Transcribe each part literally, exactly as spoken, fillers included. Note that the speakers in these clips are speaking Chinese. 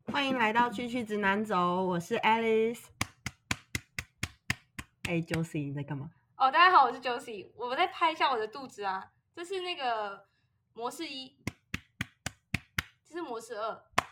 欢迎来到去去直男走，我是 Alice。哎 ，Josie 你在干嘛？ 哦，大家好，我是 Josie， 我在拍一下我的肚子啊，这是那个模式一，这是模式二，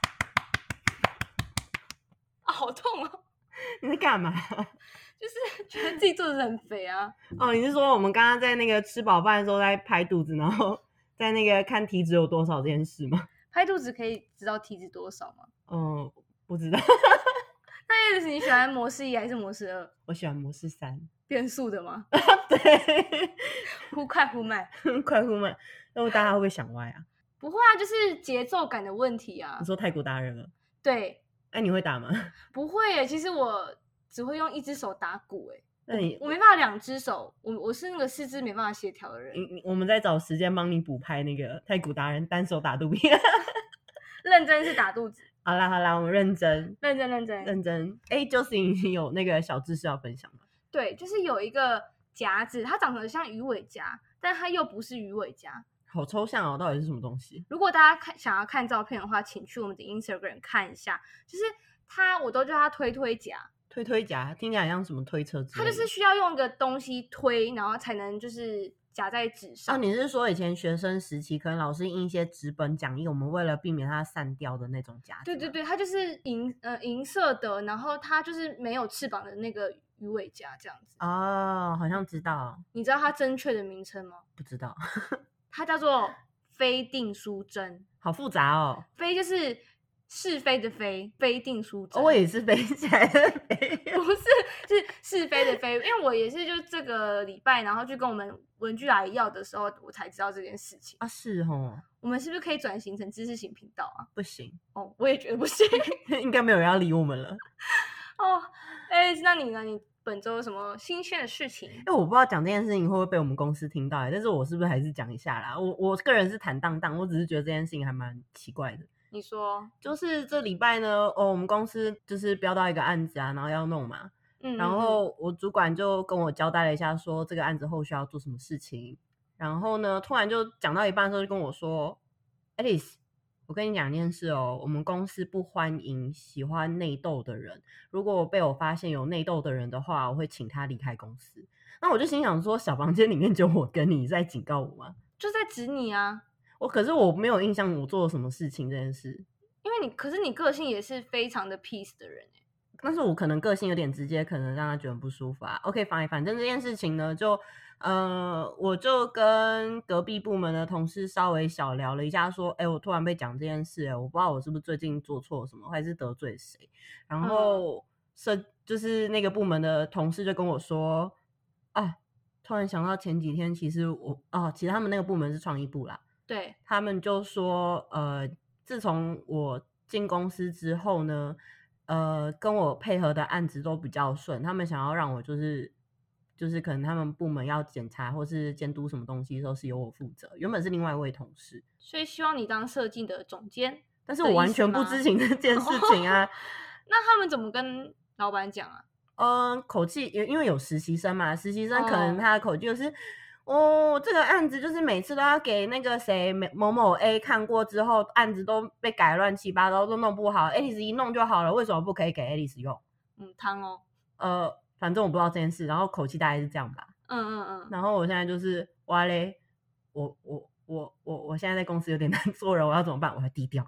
啊，好痛哦！ 你在干嘛？ 就是觉得自己肚子很肥啊。 哦，你是说我们刚刚在那个吃饱饭的时候在拍肚子，然后在那个看体脂有多少这件事吗？ 拍肚子可以知道体脂多少吗？ 嗯，不知道。 那意思你喜欢模式一还是模式二？ 我喜欢模式三。 变速的吗？ 对， 忽快忽慢， 快忽慢。那大家会不会想歪啊？ 不会啊，就是节奏感的问题啊。 你说太鼓达人了？ 对。 哎、你会打吗？ 不会耶，其实我只会用一只手打鼓耶。 那你我没办法两只手，我我是那个四肢没办法协调的人。 你我们再找时间帮你补拍那个太鼓达人单手打肚皮。 认真是打肚子。 好啦好啦，我们认真认真认真认真。哎、欸、，Josie 你有那个小知识要分享吗？ 对，就是有一个夹子，它长得像鱼尾夹，但它又不是鱼尾夹。 好抽象哦，到底是什么东西？ 如果大家看想要看照片的话，请去我们的 Instagram 看一下。就是它，我都叫它推推夹。 推推夹听起来像什么推车之类的？ 它就是需要用一个东西推，然后才能就是夹在纸上。 哦，你是说以前学生时期可能老师印一些纸本讲义，我们为了避免它散掉的那种夹子？ 对对对，它就是银呃银色的，然后它就是没有翅膀的那个鱼尾夹这样子。 哦，好像知道。 你知道它正确的名称吗？ 不知道。 它叫做非定书针。 好复杂哦。 非就是是非的非，非定书针。 哦，我也是飞起来的飞。 不是，是是非的非。因为我也是就这个礼拜，然后去跟我们文具阿姨要的时候，我才知道这件事情啊。是哦。 我们是不是可以转型成知识型频道啊？ 不行。 哦，我也觉得不行。 应该没有人要理我们了。 哦，哎、欸，那你呢？你本周有什么新鲜的事情？ 因为我不知道讲这件事情会不会被我们公司听到，但是我是不是还是讲一下啦？我我个人是坦荡荡，我只是觉得这件事情还蛮奇怪的。 你说， 就是这礼拜呢，哦，我们公司就是标到一个案子啊，然后要弄嘛，嗯，然后我主管就跟我交代了一下，说这个案子后续要做什么事情。然后呢，突然就讲到一半的时候，就跟我说 ，Alice， 我跟你讲一件事哦，我们公司不欢迎喜欢内斗的人。如果被我发现有内斗的人的话，我会请他离开公司。那我就心想说，小房间里面就我跟你在警告我吗？ 就在指你啊。 我可是我没有印象我做了什么事情这件事。 因为你可是你个性也是非常的 peace 的人耶。 但是我可能个性有点直接，可能让他觉得不舒服啊。OK， 反反正这件事情呢，就呃，我就跟隔壁部门的同事稍微小聊了一下，说，哎、欸，我突然被讲这件事、欸，我不知道我是不是最近做错什么，还是得罪谁。然后是、嗯、就是那个部门的同事就跟我说，啊，突然想到前几天，其实我哦，其实他们那个部门是创意部啦。 对， 他们就说，呃，自从我进公司之后呢，呃，跟我配合的案子都比较顺。他们想要让我就是就是可能他们部门要检查或是监督什么东西的时候是由我负责，原本是另外一位同事， 所以希望你当设计的总监。 但是我完全不知情这件事情啊。 那他们怎么跟老板讲啊？ 嗯，口气因为有实习生嘛，实习生可能他的口气就是。哦，这个案子就是每次都要给那个谁某某 A 看过之后，案子都被改乱七八糟，都弄不好 Alice 一弄就好了，为什么不可以给 Alice 用？ 嗯，汤哦。 呃，反正我不知道这件事，然后口气大概是这样吧。 嗯嗯嗯。 然后我现在就是哇嘞，我我我我我现在在公司有点难做人，我要怎么办？我要低调。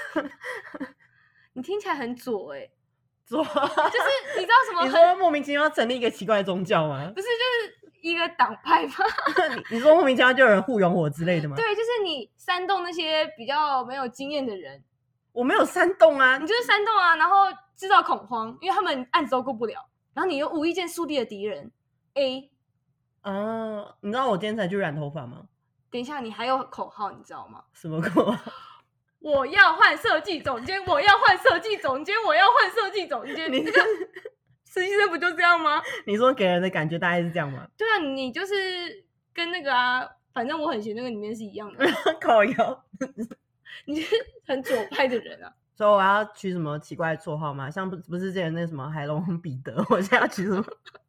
你听起来很左哎、欸。 左就是你知道什么？ 你说莫名其妙成立一个奇怪的宗教吗？ 不是，就是一个党派吗？ 你你说莫名其妙就有人护拥我之类的吗？ 对，就是你煽动那些比较没有经验的人。 我没有煽动啊， 你就是煽动啊，然后制造恐慌，因为他们案子都过不了，然后你又无意间树立了敌人 A。 啊，你知道我今天才去染头发吗？ 等一下，你还有口号，你知道吗？ 什么口号？ 我要换设计总监，我要换设计总监，我要换设计总监。你这个实习生不就这样吗？ 你说给人的感觉大概是这样吗？ 对啊，你就是跟那个啊，反正我很闲那个里面是一样的。 靠腰。 你是很左派的人啊。 所以我要取什么奇怪的绰号吗？像不不是之前那什么海龙彼得，我现在要取什么？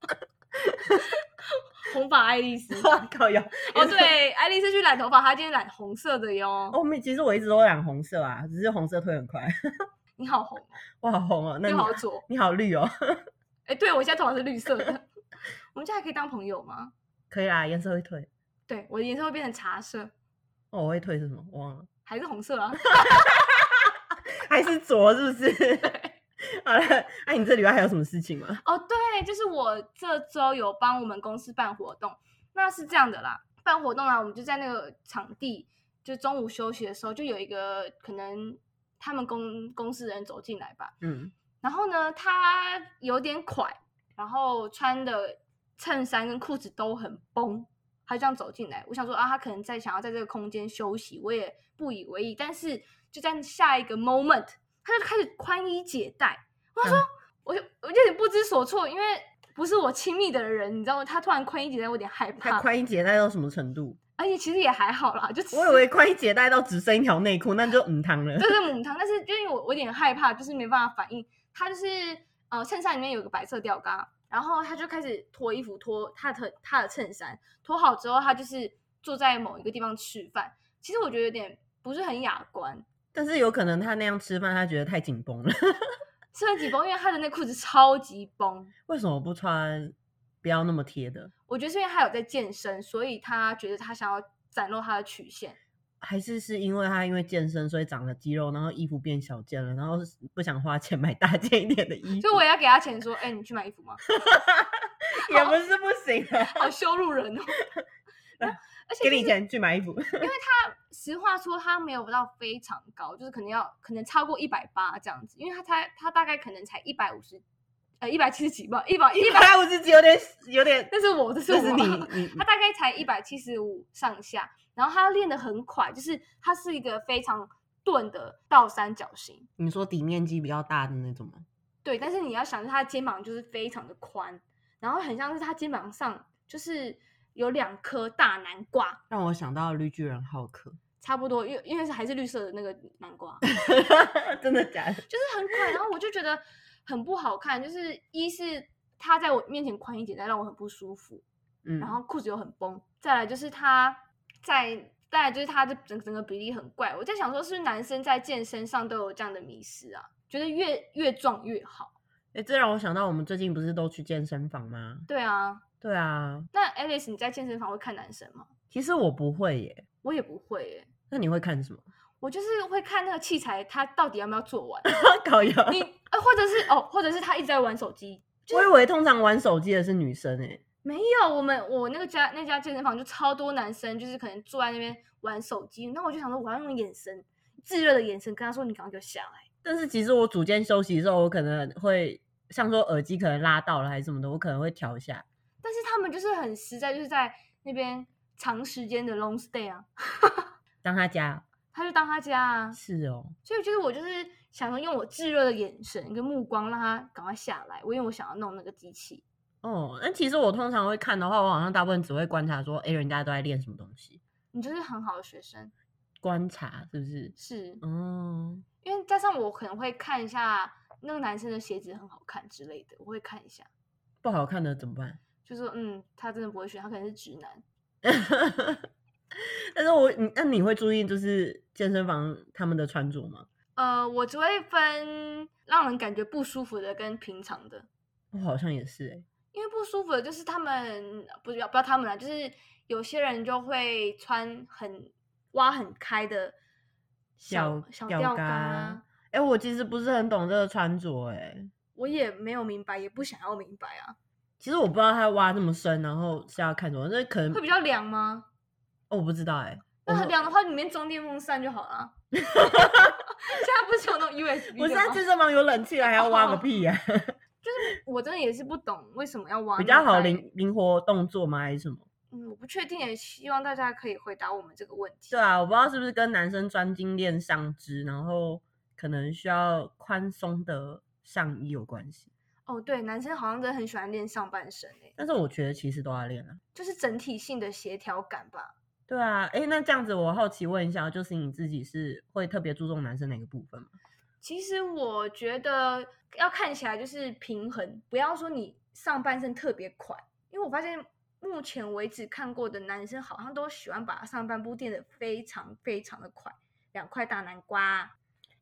红发爱丽丝。 靠腰。 哦，对，爱丽丝去染头发，她今天染红色的哟。 哦，其实我一直都染红色啊，只是红色推很快。 你好红哦， 我好红哦，那你好左， 你好绿哦。 哎，对我现在头发是绿色的。我们家还可以当朋友吗？ 可以啦，颜色会退。 对，我的颜色会变成茶色。 哦，我会退是什么？忘了。 还是红色啊？ 还是左是不是？对。好了，那、啊、你这礼拜还有什么事情吗？ 哦，对，就是我这周有帮我们公司办活动。那是这样的啦，办活动啊，我们就在那个场地，就中午休息的时候，就有一个可能他们公公司人走进来吧，嗯，然后呢，他有点快，然后穿的衬衫跟裤子都很崩，他就这样走进来。我想说啊，他可能在想要在这个空间休息，我也不以为意。但是就在下一个 moment， 他就开始宽衣解带。我说、嗯、我我有点不知所措，因为不是我亲密的人，你知道吗？他突然宽衣解带，我有点害怕。 他宽衣解带到什么程度？ 而且其实也还好啦，就我以为宽衣解带到只剩一条内裤，那就母汤了。 就是母汤，但是就因为我我有点害怕，就是没办法反应。他就是呃衬衫里面有个白色吊嘎，然后他就开始脱衣服，脱他的他的衬衫，脱好之后，他就是坐在某一个地方吃饭。其实我觉得有点不是很雅观， 但是有可能他那样吃饭，他觉得太紧绷了。 是很紧绷，因为他的那裤子超级绷。 为什么不穿不要那么贴的？ 我觉得是因为他有在健身，所以他觉得他想要展露他的曲线。 还是是因为他因为健身所以长了肌肉，然后衣服变小件了，然后不想花钱买大件一点的衣服， 所以我也要给他钱说，哎、欸，你去买衣服吗？ 也不是不行啊， 好羞辱人哦。 而且、就是、给你钱去买衣服， 因为他实话说他没有到非常高，就是可能要可能超过一百八这样子，因为他才他大概可能才一百五十，呃一百七十几吧，一百一百五十几有点有点， 那是我，这是我， 是你你他大概才一百七十五上下，然后他练得很快，就是他是一个非常钝的倒三角形。 你说底面积比较大的那种吗？ 对，但是你要想他的肩膀就是非常的宽，然后很像是他肩膀上就是有两颗大南瓜， 让我想到绿巨人浩克， 差不多，因为因为是还是绿色的那个南瓜。 真的假的？ 就是很快，然后我就觉得很不好看，就是一是他在我面前宽一点，再让我很不舒服，嗯，然后裤子又很崩，再来就是他在，再来就是他的整整个比例很怪。我在想说，是不是男生在健身上都有这样的迷思啊？觉得越越壮越好。 哎，这让我想到我们最近不是都去健身房吗？ 对啊， 对啊。 那 Alice 你在健身房会看男生吗？ 其实我不会耶。 我也不会耶。 那你会看什么？ 我就是会看那个器材，他到底要不要做完。 搞笑。 你呃，或者是哦，或者是他一直在玩手机。 就是、我以为通常玩手机的是女生诶。 没有，我们我那个家那家健身房就超多男生，就是可能坐在那边玩手机。那我就想说，我要用眼神炙热的眼神跟他说：“你赶快给我下来。” 但是其实我组间休息的时候，我可能会像说耳机可能拉到了还是什么的，我可能会调一下。 但是他们就是很实在，就是在那边长时间的 long stay 啊。 当他家。 他就当他家啊。 是哦。 所以就是我就是想要用我炙热的眼神跟目光让他赶快下来，我因为我想要弄那个机器。 哦，那其实我通常会看的话，我好像大部分只会观察说，哎，人家都在练什么东西。 你就是很好的学生。 观察是不是？ 是。 哦。 因为加上我可能会看一下那个男生的鞋子很好看之类的，我会看一下。 不好看的怎么办？ 就说嗯，他真的不会选，他可能是直男。 但是我你那你会注意就是健身房他们的穿着吗？ 呃，我只会分让人感觉不舒服的跟平常的。 我好像也是哎、欸， 因为不舒服的就是他们不要不要他们啦，就是有些人就会穿很挖很开的小小吊嘎。 哎、欸，我其实不是很懂这个穿着哎、欸， 我也没有明白，也不想要明白啊。 其实我不知道他挖这么深，然后是要看什么，那可能会比较凉吗？ 哦，我不知道哎、欸。 那很凉的话，里面装电风扇就好了。现在不是有那种 U S B 的吗？ 我现在健身房有冷气了，还要挖个屁呀、啊！ 就是我真的也是不懂为什么要挖， 比较好灵灵活动作吗？还是什么？ 嗯，我不确定，也希望大家可以回答我们这个问题。 对啊，我不知道是不是跟男生专精练上肢，然后可能需要宽松的上衣有关系。 哦，对，男生好像真的很喜欢练上半身诶， 但是我觉得其实都要练啊， 就是整体性的协调感吧。 对啊，哎，那这样子我好奇问一下，就是你自己是会特别注重男生哪个部分吗？ 其实我觉得要看起来就是平衡，不要说你上半身特别宽，因为我发现目前为止看过的男生好像都喜欢把上半部垫得非常非常的宽，两块大南瓜。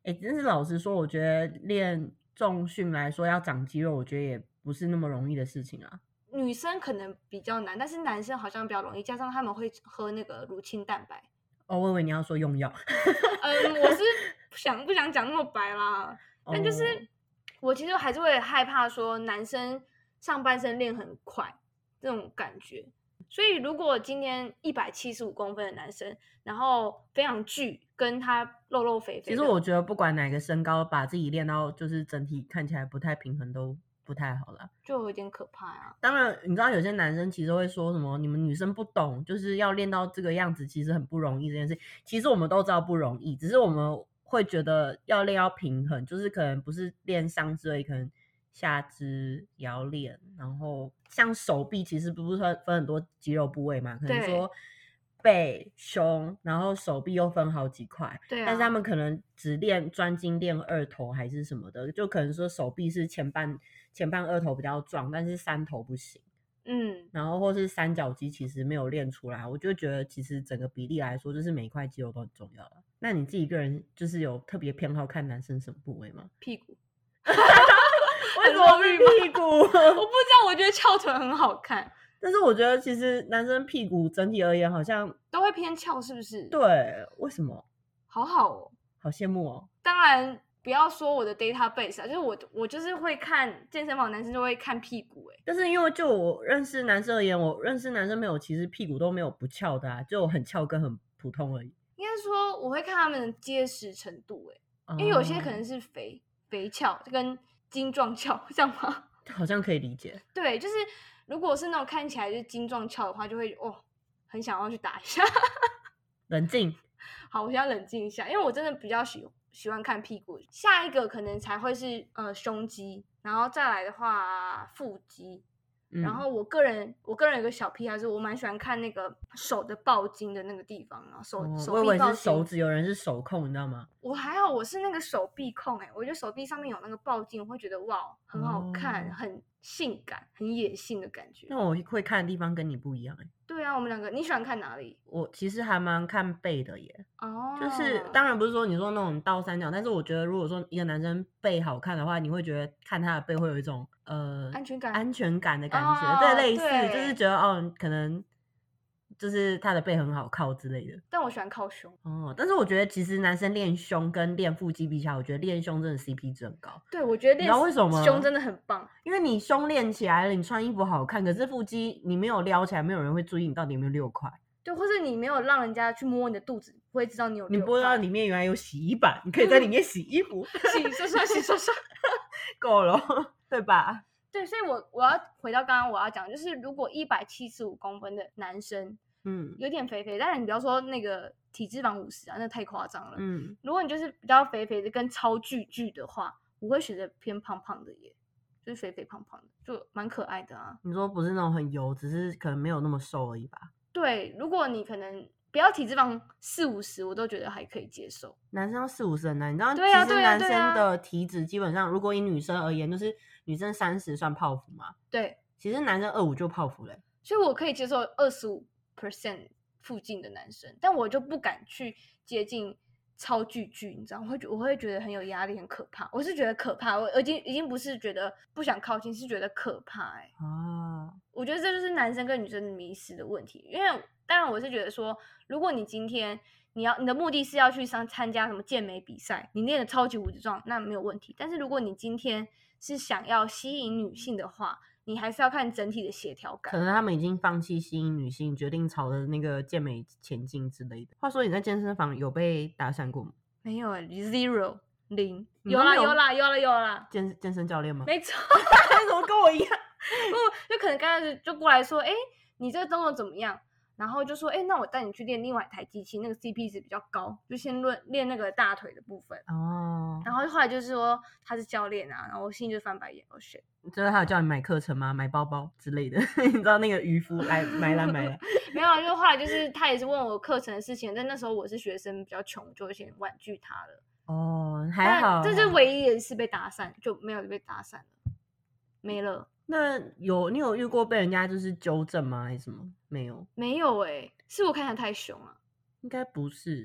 哎、欸，真是老实说，我觉得练重训来说要长肌肉，我觉得也不是那么容易的事情啊。 女生可能比较难，但是男生好像比较容易，加上他们会喝那个乳清蛋白。 哦，我以为你要说用药。 嗯，我是不想不想讲那么白啦，但就是、哦、我其实还是会害怕说男生上半身练很快这种感觉。所以如果今天一百七十五公分的男生，然后非常巨，跟他肉肉肥肥的， 其实我觉得不管哪个身高，把自己练到就是整体看起来不太平衡都不太好啦， 就有点可怕啊。 当然你知道有些男生其实会说什么你们女生不懂，就是要练到这个样子其实很不容易这件事，其实我们都知道不容易，只是我们会觉得要练要平衡，就是可能不是练上肢而已，可能下肢也要练，然后像手臂其实不是分很多肌肉部位嘛，可能说背胸，然后手臂又分好几块， 对啊， 但是他们可能只练专精练二头还是什么的，就可能说手臂是前半前半二头比较壮，但是三头不行， 嗯， 然后或是三角肌其实没有练出来，我就觉得其实整个比例来说，就是每一块肌肉都很重要了。那你自己个人就是有特别偏好看男生什么部位吗？ 屁股。 为什么是屁股？我不知道，我觉得翘臀很好看， 但是我觉得其实男生屁股整体而言好像都会偏翘，是不是？ 对，为什么？ 好好哦， 好羡慕哦。 当然不要说我的 database 啊，就是我我就是会看健身房男生就会看屁股哎、欸， 但是因为就我认识男生而言，我认识男生没有其实屁股都没有不翘的啊，就很翘跟很普通而已。 应该说我会看他们的结实程度哎、欸，因为有些可能是肥肥翘跟精壮翘，这样吗？ 好像可以理解。 对，就是如果是那种看起来就是精壮翘的话，就会哦很想要去打一下。 冷静。 好，我现在冷静一下，因为我真的比较喜喜欢看屁股。下一个可能才会是呃胸肌，然后再来的话腹肌。嗯、然后我个人我个人有个小癖好，是我蛮喜欢看那个手的抱筋的那个地方啊，手、哦、手臂抱筋。 我以为是手指，有人是手控，你知道吗？ 我还好，我是那个手臂控哎、欸，我觉得手臂上面有那个抱筋，我会觉得哇，很好看，哦、很性感，很野性的感觉。 那我会看的地方跟你不一样哎、欸。 对啊，我们两个，你喜欢看哪里？ 我其实还蛮看背的耶。 哦， 就是当然不是说你说那种倒三角，但是我觉得如果说一个男生背好看的话，你会觉得看他的背会有一种呃安全感、 安全感的感觉， 哦、 对，类似对就是觉得哦，可能就是他的背很好靠之类的。 但我喜欢靠胸哦，但是我觉得其实男生练胸跟练腹肌比起来，我觉得练胸真的 C P 值很高。 对，我觉得练，你知道为什么吗？ 胸真的很棒， 因为你胸练起来了，你穿衣服好看，可是腹肌你没有撩起来，没有人会注意你到底有没有六块。 对，或是你没有让人家去摸你的肚子，不会知道你有六块。 你不知道里面原来有洗衣板，你可以在里面洗衣服， 洗刷刷，洗刷刷， 够了，对吧？ 对，所以我我要回到刚刚我要讲，就是如果一百七十五公分的男生，嗯，有点肥肥，但是你不要说那个体脂肪五十啊，那太夸张了。嗯，如果你就是比较肥肥的跟超巨巨的话，我会选择偏胖胖的耶，就是肥肥胖胖的，就蛮可爱的啊。 你说不是那种很油，只是可能没有那么瘦而已吧？ 对，如果你可能不要体脂肪四五十，我都觉得还可以接受。 男生要四五十很难，你知道， 对啊、 其实男生的体脂基本上，如果以女生而言，就是女生三十算泡芙嘛。 对， 其实男生二五就泡芙了， 所以我可以接受二十五 percent 附近的男生，但我就不敢去接近超巨巨，你知道，我会我会觉得很有压力，很可怕。我是觉得可怕，我已经已经不是觉得不想靠近，是觉得可怕、欸。哎，啊，我觉得这就是男生跟女生迷失的问题。因为当然我是觉得说，如果你今天你要你的目的是要去上参加什么健美比赛，你练的超级无敌壮，那没有问题。但是如果你今天是想要吸引女性的话，你还是要看整体的协调感。 可能他们已经放弃吸引女性，决定朝着那个健美前进之类的。话说你在健身房有被搭讪过吗？ 没有、欸、zero 零。有啦有啦有啦有啦。 健健身教练吗？ 没错。 怎么跟我一样？ 就可能刚开始就过来说，哎、欸，你这个动作怎么样？然后就说，哎、欸，那我带你去练另外一台机器，那个 C P 值比较高，就先练练那个大腿的部分。哦。然后后来就是说他是教练啊，然后我心里就翻白眼，我选。 就是他有叫你买课程吗？买包包之类的？你知道那个渔夫来买啦买啦。 没有啊，就后来就是他也是问我课程的事情，但那时候我是学生，比较穷，就先婉拒他了。 哦，还好。 这是唯一一次被搭讪，就没有被搭讪了，没了。 那有你有遇过被人家就是纠正吗？还是什么？没有， 没有哎、欸，是我看起来太凶了。 应该不是，我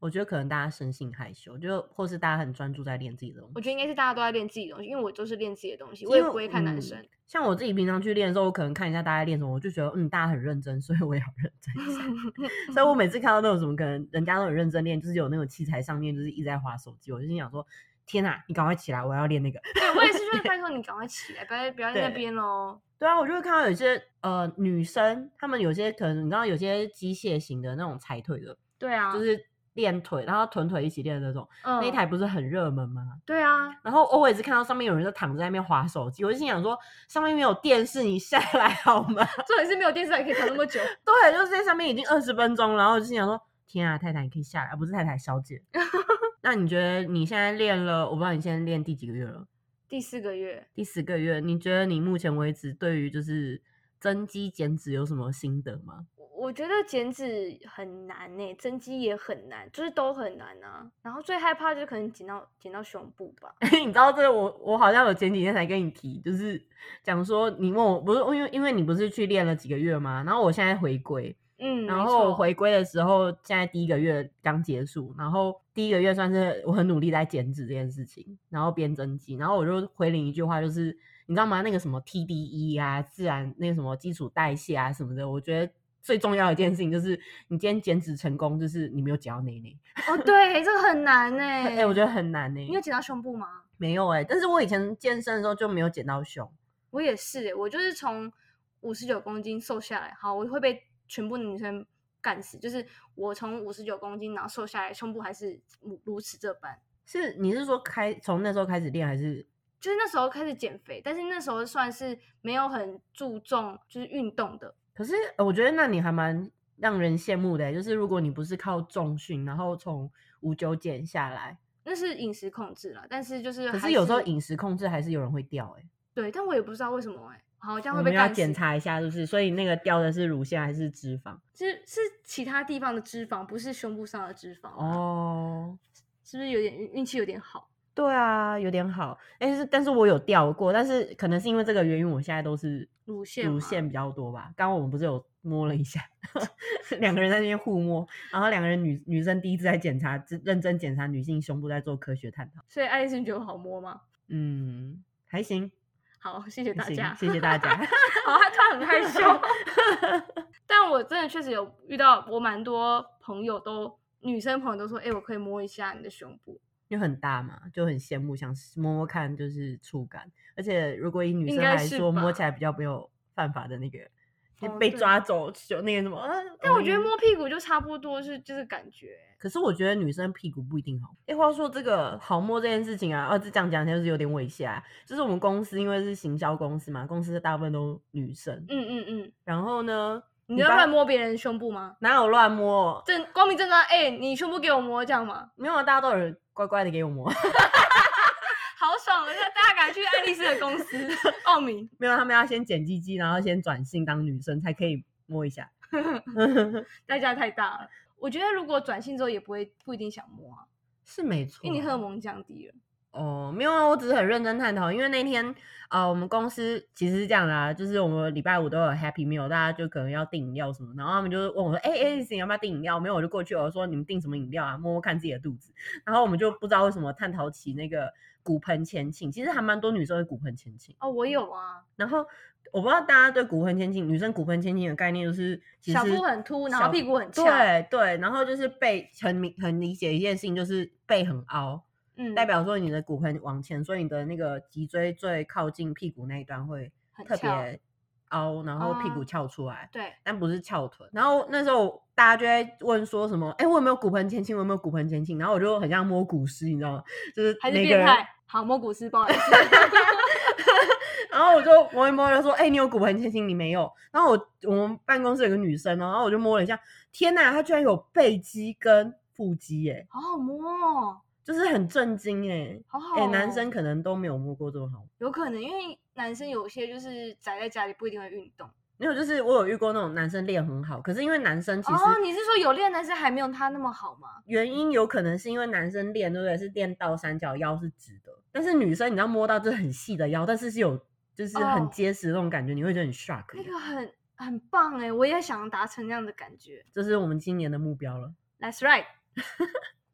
我觉得可能大家生性害羞，就或是大家很专注在练自己的东西。 我觉得应该是大家都在练自己的东西，因为我都是练自己的东西，我也不会看男生、嗯、 像我自己平常去练的时候，我可能看一下大家练什么，我就觉得嗯大家很认真，所以我也要认真一下所以我每次看到那种什么可能人家都很认真练，就是有那种器材上面就是一直在滑手机，我就心想说天啊你赶快起来，我要练那个对，我也是就是拜托你赶快起来，不要不要在那边咯。 对啊，我就会看到有些呃女生，她们有些可能你知道有些机械型的那种踩腿的， 对啊， 就是练腿然后臀腿一起练的那种、嗯、那一台不是很热门吗？ 对啊， 然后我也是看到上面有人就躺在那边滑手机，我就心想说上面没有电视你下来好吗？ 重点是没有电视还可以躺那么久对，就是在上面已经二十分钟，然后我就心想说天啊太太你可以下来，不是太太小姐那你觉得你现在练了，我不知道你现在练第几个月了？ 第四个月。 第四个月，你觉得你目前为止对于就是增肌减脂有什么心得吗？ 我觉得减脂很难耶、欸、增肌也很难，就是都很难啊。然后最害怕就是可能减到减到胸部吧你知道这个我我好像有前几天才跟你提，就是讲说你问我不是因为因为你不是去练了几个月吗？然后我现在回归。 嗯， 然后我回归的时候现在第一个月刚结束，然后第一个月算是我很努力在减脂这件事情，然后边增肌，然后我就回领一句话，就是你知道吗，那个什么 T D E 啊自然那个什么基础代谢啊什么的，我觉得最重要的一件事情就是你今天减脂成功，就是你没有减到内内哦对这个很难耶、欸、 哎、欸，我觉得很难耶、欸、 你有减到胸部吗？ 没有耶、欸、但是我以前健身的时候就没有减到胸。 我也是耶、欸、我就是从五十九公斤瘦下来，好我会被全部的女生干死，就是我从五十九公斤然后瘦下来，胸部还是如此这般。 是你是说开从那时候开始练还是？ 就是那时候开始减肥，但是那时候算是没有很注重就是运动的。 可是我觉得那你还蛮让人羡慕的，就是如果你不是靠重训然后从五九减下来， 那是饮食控制啦，但是就是可是有时候饮食控制还是有人会掉。 对，但我也不知道为什么哎、欸，好这样会被干死。我们要检查一下是不是？所以那个掉的是乳腺还是脂肪？ 是是其他地方的脂肪，不是胸部上的脂肪哦。 是不是有点运气有点好？ 对啊，有点好。但是但是我有掉过，但是可能是因为这个原因，我现在都是乳腺乳腺比较多吧。刚刚我们不是有摸了一下，两个人在那边互摸，然后两个人女女生第一次在检查，认真检查女性胸部，在做科学探讨。 所以爱丽丝觉得好摸吗？ 嗯，还行。 好，谢谢大家， 谢谢大家。 好，他突然很害羞。但我真的确实有遇到，我蛮多朋友都女生朋友都说，哎、欸，我可以摸一下你的胸部。 因为很大嘛，就很羡慕，想摸摸看，就是触感。而且如果以女生来说，摸起来比较没有犯法的那个、哦、被抓走就那个什么、啊。 但我觉得摸屁股就差不多是就是感觉。 可是我觉得女生屁股不一定好。哎，话说这个好摸这件事情啊，啊，这讲讲就是有点猥亵、啊。就是我们公司因为是行销公司嘛，公司大部分都女生。 嗯嗯嗯。 然后呢？ 你要乱摸别人胸部吗？ 哪有乱摸？ 正光明正大，哎、欸，你胸部给我摸这样吗？ 没有啊，大家都有乖乖的给我摸。 好爽！那大家赶快去爱丽丝的公司报名。 没有，他们要先剪鸡鸡，然后先转性当女生才可以摸一下。 代价太大了。我觉得如果转性之后也不会不一定想摸啊。 是没错、啊， 因为你荷尔蒙降低了。 哦，没有啊，我只是很认真探讨，因为那天呃，我们公司其实是这样的啊，就是我们礼拜五都有 Happy Meal， 大家就可能要订饮料什么，然后他们就问我说，哎、欸、哎、欸，你要不要订饮料？没有，我就过去，我说你们订什么饮料啊？摸摸看自己的肚子，然后我们就不知道为什么探讨起那个骨盆前倾，其实还蛮多女生会骨盆前倾。 哦，我有啊。 然后我不知道大家对骨盆前倾，女生骨盆前倾的概念就是其实小腹很凸，然后屁股很翘。 对对，然后就是背很明很理解一件事情，就是背很凹。嗯，代表说你的骨盆往前，所以你的那个脊椎最靠近屁股那一端会特别凹，然后屁股翘出来。 哦、对， 但不是翘臀。然后那时候大家就会问说什么，哎、欸，我有没有骨盆前倾？我有没有骨盆前倾？然后我就很像摸骨师，你知道吗？就是还是变态。好，摸骨师，不好意思。 然后我就摸一摸，就说：“哎、欸，你有骨盆前倾，你没有。”然后我我们办公室有个女生，然后我就摸了一下，天哪，她居然有背肌跟腹肌耶， 好好摸哦。 就是很震惊哎， 好好、哦， 哎、欸，男生可能都没有摸过这么好， 有可能因为男生有些就是宅在家里不一定会运动， 没有，就是我有遇过那种男生练很好，可是因为男生其实哦，你是说有练男生还没有他那么好吗？ 原因有可能是因为男生练对不对，是练倒三角腰是直的，但是女生你知道摸到就是很细的腰，但是是有就是很结实的那种感觉，哦、你会觉得很 shock， 那个很很棒哎，我也想达成那样的感觉， 这是我们今年的目标了。 That's right。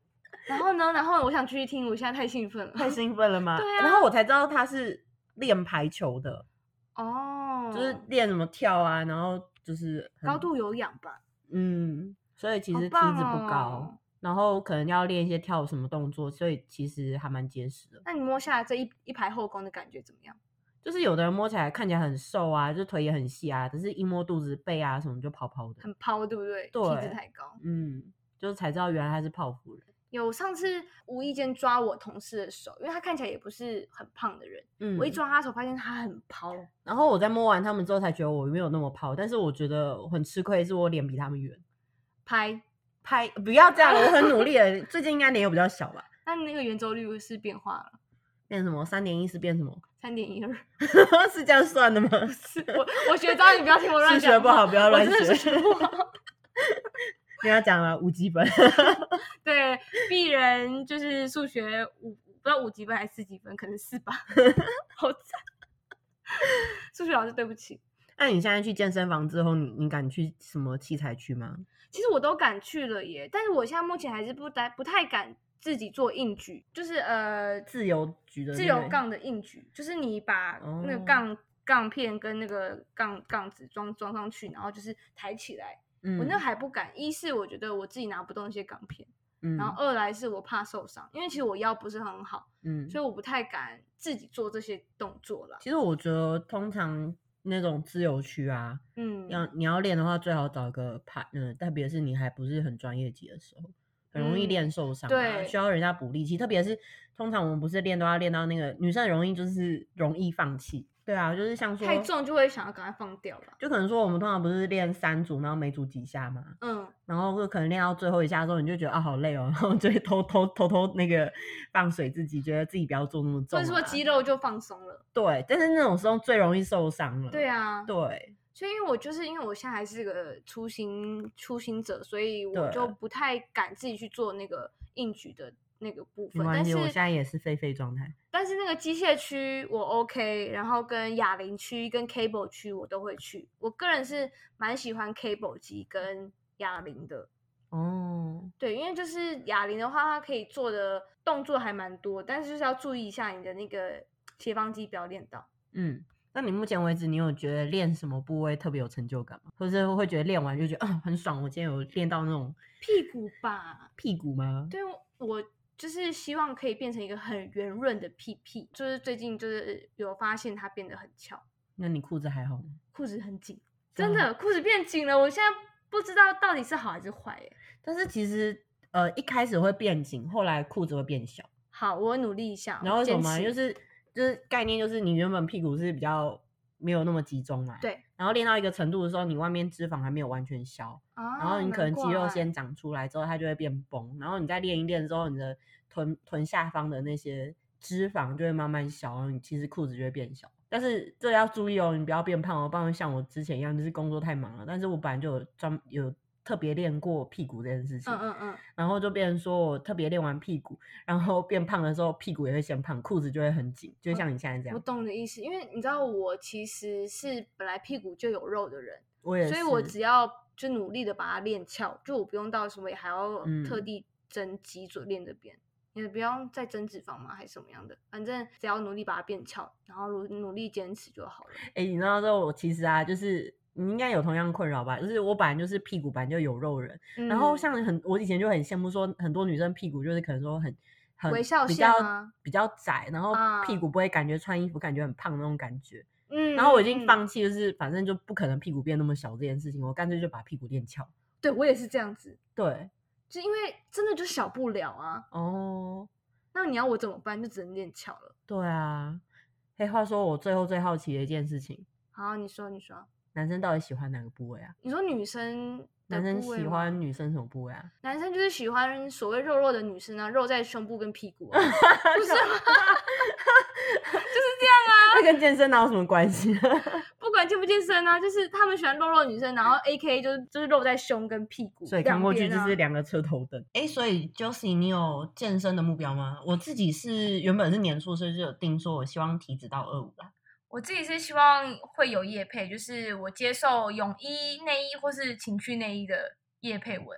然后呢，然后我想继续听，我现在太兴奋了， 太兴奋了吗？ 对啊， 然后我才知道他是练排球的哦， 就是练什么跳啊，然后就是高度有氧吧， 嗯，所以其实体脂不高， 哦、 然后可能要练一些跳什么动作，所以其实还蛮结实的。 那你摸下来这一一排后宫的感觉怎么样？ 就是有的人摸起来看起来很瘦啊，就腿也很细啊，可是一摸肚子背啊什么就泡泡的， 很泡，对不对？ 对， 体脂太高， 嗯，就是才知道原来他是泡芙人。 有上次无意间抓我同事的手，因为他看起来也不是很胖的人，嗯，我一抓他手发现他很泡， 然后我在摸完他们之后才觉得我没有那么泡，但是我觉得我很吃亏，是我脸比他们圆。 拍拍，不要这样，我很努力了，最近应该脸有比较小吧？ 那那个圆周率是变化了， 变什么？三点一是变什么？ 三点一二， 是这样算的吗？ 不是，我我学渣，你不要听我乱讲， 数学不好，不要乱学。 数学不好。 你要讲了五级分， 对，鄙人就是数学五不知道五级分还是四级分，可能四吧，好惨。数学老师对不起。 那你现在去健身房之后，你你敢去什么器材区吗？ 其实我都敢去了耶，但是我现在目前还是不太不太敢自己做硬举，就是呃自由举的、那个、 自由杠的硬举，就是你把那个杠、哦、杠片跟那个杠杠子装装上去，然后就是抬起来。嗯、我那还不敢，一是我觉得我自己拿不动那些钢片，嗯、然后二来是我怕受伤，因为其实我腰不是很好，嗯，所以我不太敢自己做这些动作啦。 其实我觉得通常那种自由区啊，嗯，要你要练的话，最好找个 partner，特别是你还不是很专业级的时候，很容易练受伤、啊嗯，对，需要人家补力气，特别是通常我们不是练都要练到那个女生很容易就是容易放弃。对啊，就是像说太重就会想要赶快放掉了， 就可能说我们通常不是练三组，然后每组几下嘛，嗯，然后就可能练到最后一下的时候，你就觉得啊好累哦，然后就会偷偷偷偷那个放水自己，觉得自己不要做那么重、啊， 所以说肌肉就放松了。 对，但是那种时候最容易受伤了。 对啊， 对， 所以因为我就是因为我现在还是个初心初心者，所以我就不太敢自己去做那个硬举的那个部分。 没关系，我现在也是废废状态。 但是那个机械区我 OK， 然后跟哑铃区跟 cable 区我都会去。我个人是蛮喜欢 cable 机跟哑铃的。哦，对，因为就是哑铃的话，它可以做的动作还蛮多，但是就是要注意一下你的那个斜方肌不要练到。嗯， 那你目前为止，你有觉得练什么部位特别有成就感吗？或者会觉得练完就觉得、呃、很爽？我今天有练到那种屁股吧？ 屁股吗？ 对，我就是希望可以变成一个很圆润的屁屁，就是最近就是有发现它变得很翘。 那你裤子还好吗？ 裤子很紧，真的裤子变紧了，我现在不知道到底是好还是坏耶。 但是其实呃一开始会变紧，后来裤子会变小。 好，我努力一下。 然后为什么？就是就是概念就是你原本屁股是比较没有那么集中嘛， 对。 然后练到一个程度的时候，你外面脂肪还没有完全消，哦、然后你可能肌肉先长出来之后，它就会变崩，然后你再练一练之后，你的臀臀下方的那些脂肪就会慢慢消，然后你其实裤子就会变小。但是这要注意哦，你不要变胖哦，不然像我之前一样，就是工作太忙了。但是我本来就有专有特别练过屁股这件事情，嗯嗯嗯，然后就变成说我特别练完屁股，然后变胖的时候，屁股也会先胖，裤子就会很紧，就像你现在这样。 我懂你的意思，因为你知道我其实是本来屁股就有肉的人， 我也是， 所以我只要就努力的把它练翘，就我不用到什么还要特地增肌做练这边。你不要再增脂肪吗？还是什么样的？反正只要努力把它变翘，然后努努力坚持就好了。 哎、欸，你知道这我其实啊，就是你应该有同样困扰吧？就是我本来就是屁股本来就有肉人，嗯、然后像很我以前就很羡慕说，很多女生屁股就是可能说很很微笑比较比较窄，然后屁股不会感觉穿衣服感觉很胖那种感觉。嗯，然后我已经放弃，就是反正就不可能屁股变那么小这件事情，我干脆就把屁股练翘。 对我也是这样子。 对。 就因为真的就小不了啊。哦，那你要我怎么办？就只能练翘了。 对啊。嘿，话说我最后最好奇的一件事情。 好，你说你说。 男生到底喜欢哪个部位啊？ 你说女生的部位吗？ 男生喜欢女生什么部位啊？ 男生就是喜欢所谓肉肉的女生啊，肉在胸部跟屁股啊。不是吗？就是这样啊。 那跟健身哪有什么关系？ 不管健不健身啊，就是他们喜欢肉肉的女生，然后 A K 就是就是肉在胸跟屁股， 所以看过去就是两个车头灯。哎、欸，所以 Josie 你有健身的目标吗？我自己是原本是年初所以就有定说我希望体脂到二五啦。 我自己是希望会有业配，就是我接受泳衣、内衣或是情趣内衣的业配文啦。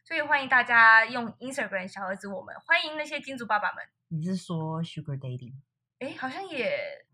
所以欢迎大家用 Instagram 小盒子我们，欢迎那些金主爸爸们。 你是说 Sugar Daddy？ 哎，好像也